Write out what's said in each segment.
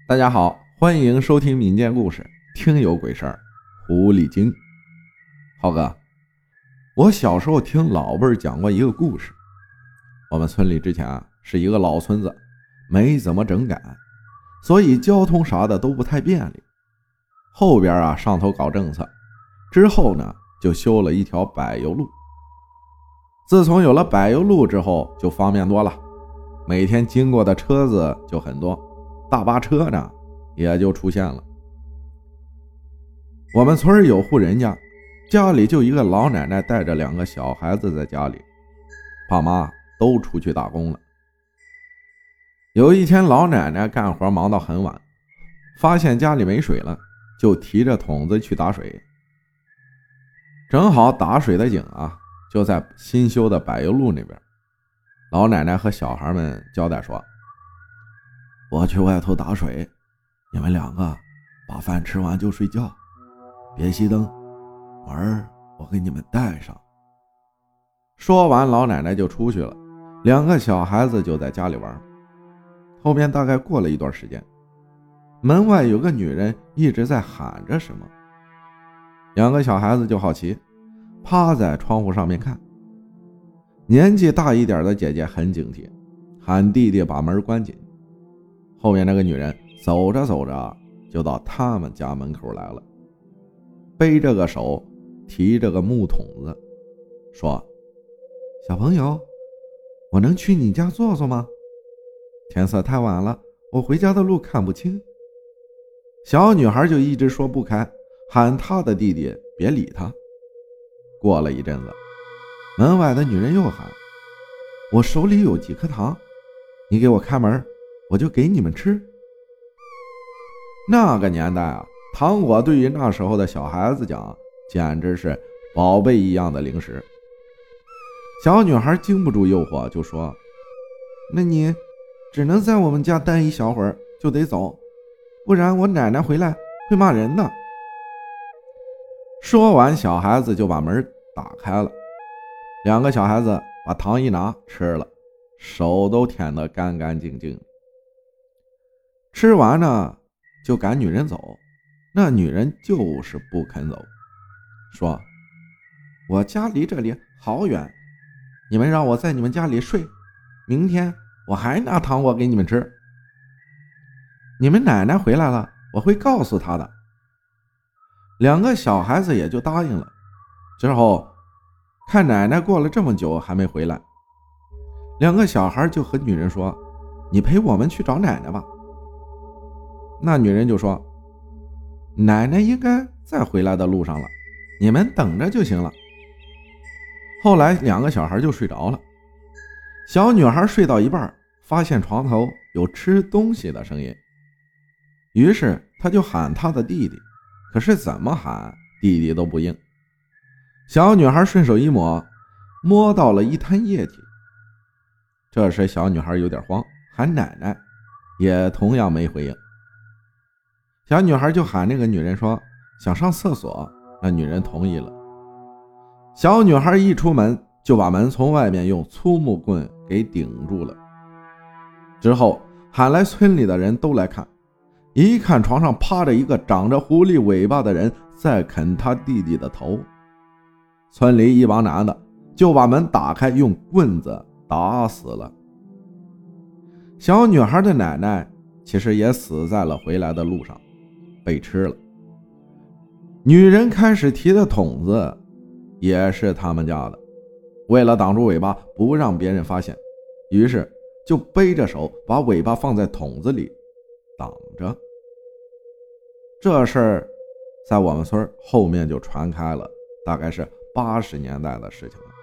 大家好，欢迎收听民间故事，听有鬼事儿，狐狸精。浩哥，我小时候听老辈讲过一个故事。我们村里之前是一个老村子，没怎么整改，所以交通啥的都不太便利。后边上头搞政策之后呢，就修了一条柏油路。自从有了柏油路之后，就方便多了，每天经过的车子就很多，大巴车呢也就出现了。我们村有户人家，家里就一个老奶奶带着2个小孩子在家里，爸妈都出去打工了。有一天老奶奶干活忙到很晚，发现家里没水了，就提着桶子去打水。正好打水的井就在新修的柏油路那边。老奶奶和小孩们交代说，我去外头打水，你们2个把饭吃完就睡觉，别熄灯，门我给你们带上。说完老奶奶就出去了，2个小孩子就在家里玩。后面大概过了一段时间，门外有个女人一直在喊着什么，2个小孩子就好奇，趴在窗户上面看。年纪大一点的姐姐很警惕，喊弟弟把门关紧。后面那个女人走着走着就到他们家门口来了，背着个手，提着个木桶子，说，小朋友，我能去你家坐坐吗？天色太晚了，我回家的路看不清。小女孩就一直说不开，喊她的弟弟别理她。过了一阵子，门外的女人又喊，我手里有几颗糖，你给我开门，我就给你们吃。那个年代糖果对于那时候的小孩子讲，简直是宝贝一样的零食。小女孩经不住诱惑，就说，那你只能在我们家待一小会儿就得走，不然我奶奶回来会骂人的。说完，小孩子就把门打开了，2个小孩子把糖一拿吃了，手都舔得干干净净。吃完呢，就赶女人走，那女人就是不肯走，说，我家离这里好远，你们让我在你们家里睡，明天我还拿糖果给你们吃。你们奶奶回来了，我会告诉她的。2个小孩子也就答应了。之后看奶奶过了这么久还没回来，2个小孩就和女人说，你陪我们去找奶奶吧。那女人就说，奶奶应该在回来的路上了，你们等着就行了。后来2个小孩就睡着了。小女孩睡到一半，发现床头有吃东西的声音，于是她就喊她的弟弟，可是怎么喊弟弟都不应。小女孩顺手一摸，摸到了一滩液体。这时小女孩有点慌，喊奶奶，也同样没回应。小女孩就喊那个女人说，想上厕所，那女人同意了。小女孩一出门就把门从外面用粗木棍给顶住了。之后喊来村里的人都来看，一看床上趴着一个长着狐狸尾巴的人在啃他弟弟的头。村里一帮男的就把门打开，用棍子打死了。小女孩的奶奶其实也死在了回来的路上，被吃了。女人开始提的桶子也是他们家的，为了挡住尾巴不让别人发现，于是就背着手把尾巴放在桶子里挡着。这事儿在我们村后面就传开了，大概是80年代的事情了。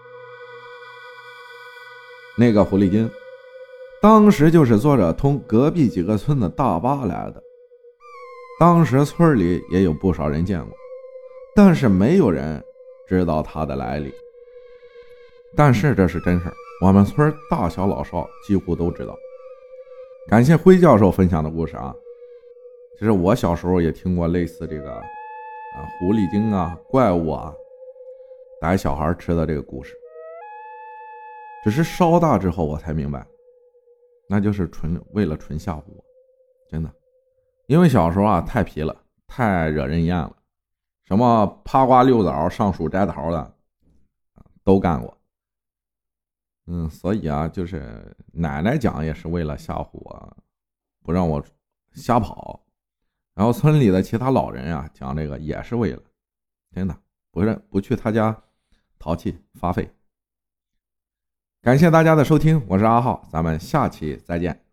那个狐狸精当时就是坐着通隔壁几个村的大巴来的，当时村里也有不少人见过，但是没有人知道他的来历。但是这是真事儿，我们村大小老少几乎都知道。感谢辉教授分享的故事其实我小时候也听过类似这个狐狸精怪物逮小孩吃的这个故事，只是稍大之后我才明白，那就是为了纯吓唬我，真的。 因为小时候啊太皮了，太惹人厌了，什么趴瓜溜枣、上树摘桃的都干过。所以啊，就是奶奶讲也是为了吓唬我，不让我瞎跑。然后村里的其他老人啊讲这个也是为了，真的不去他家淘气发废。感谢大家的收听，我是阿浩，咱们下期再见。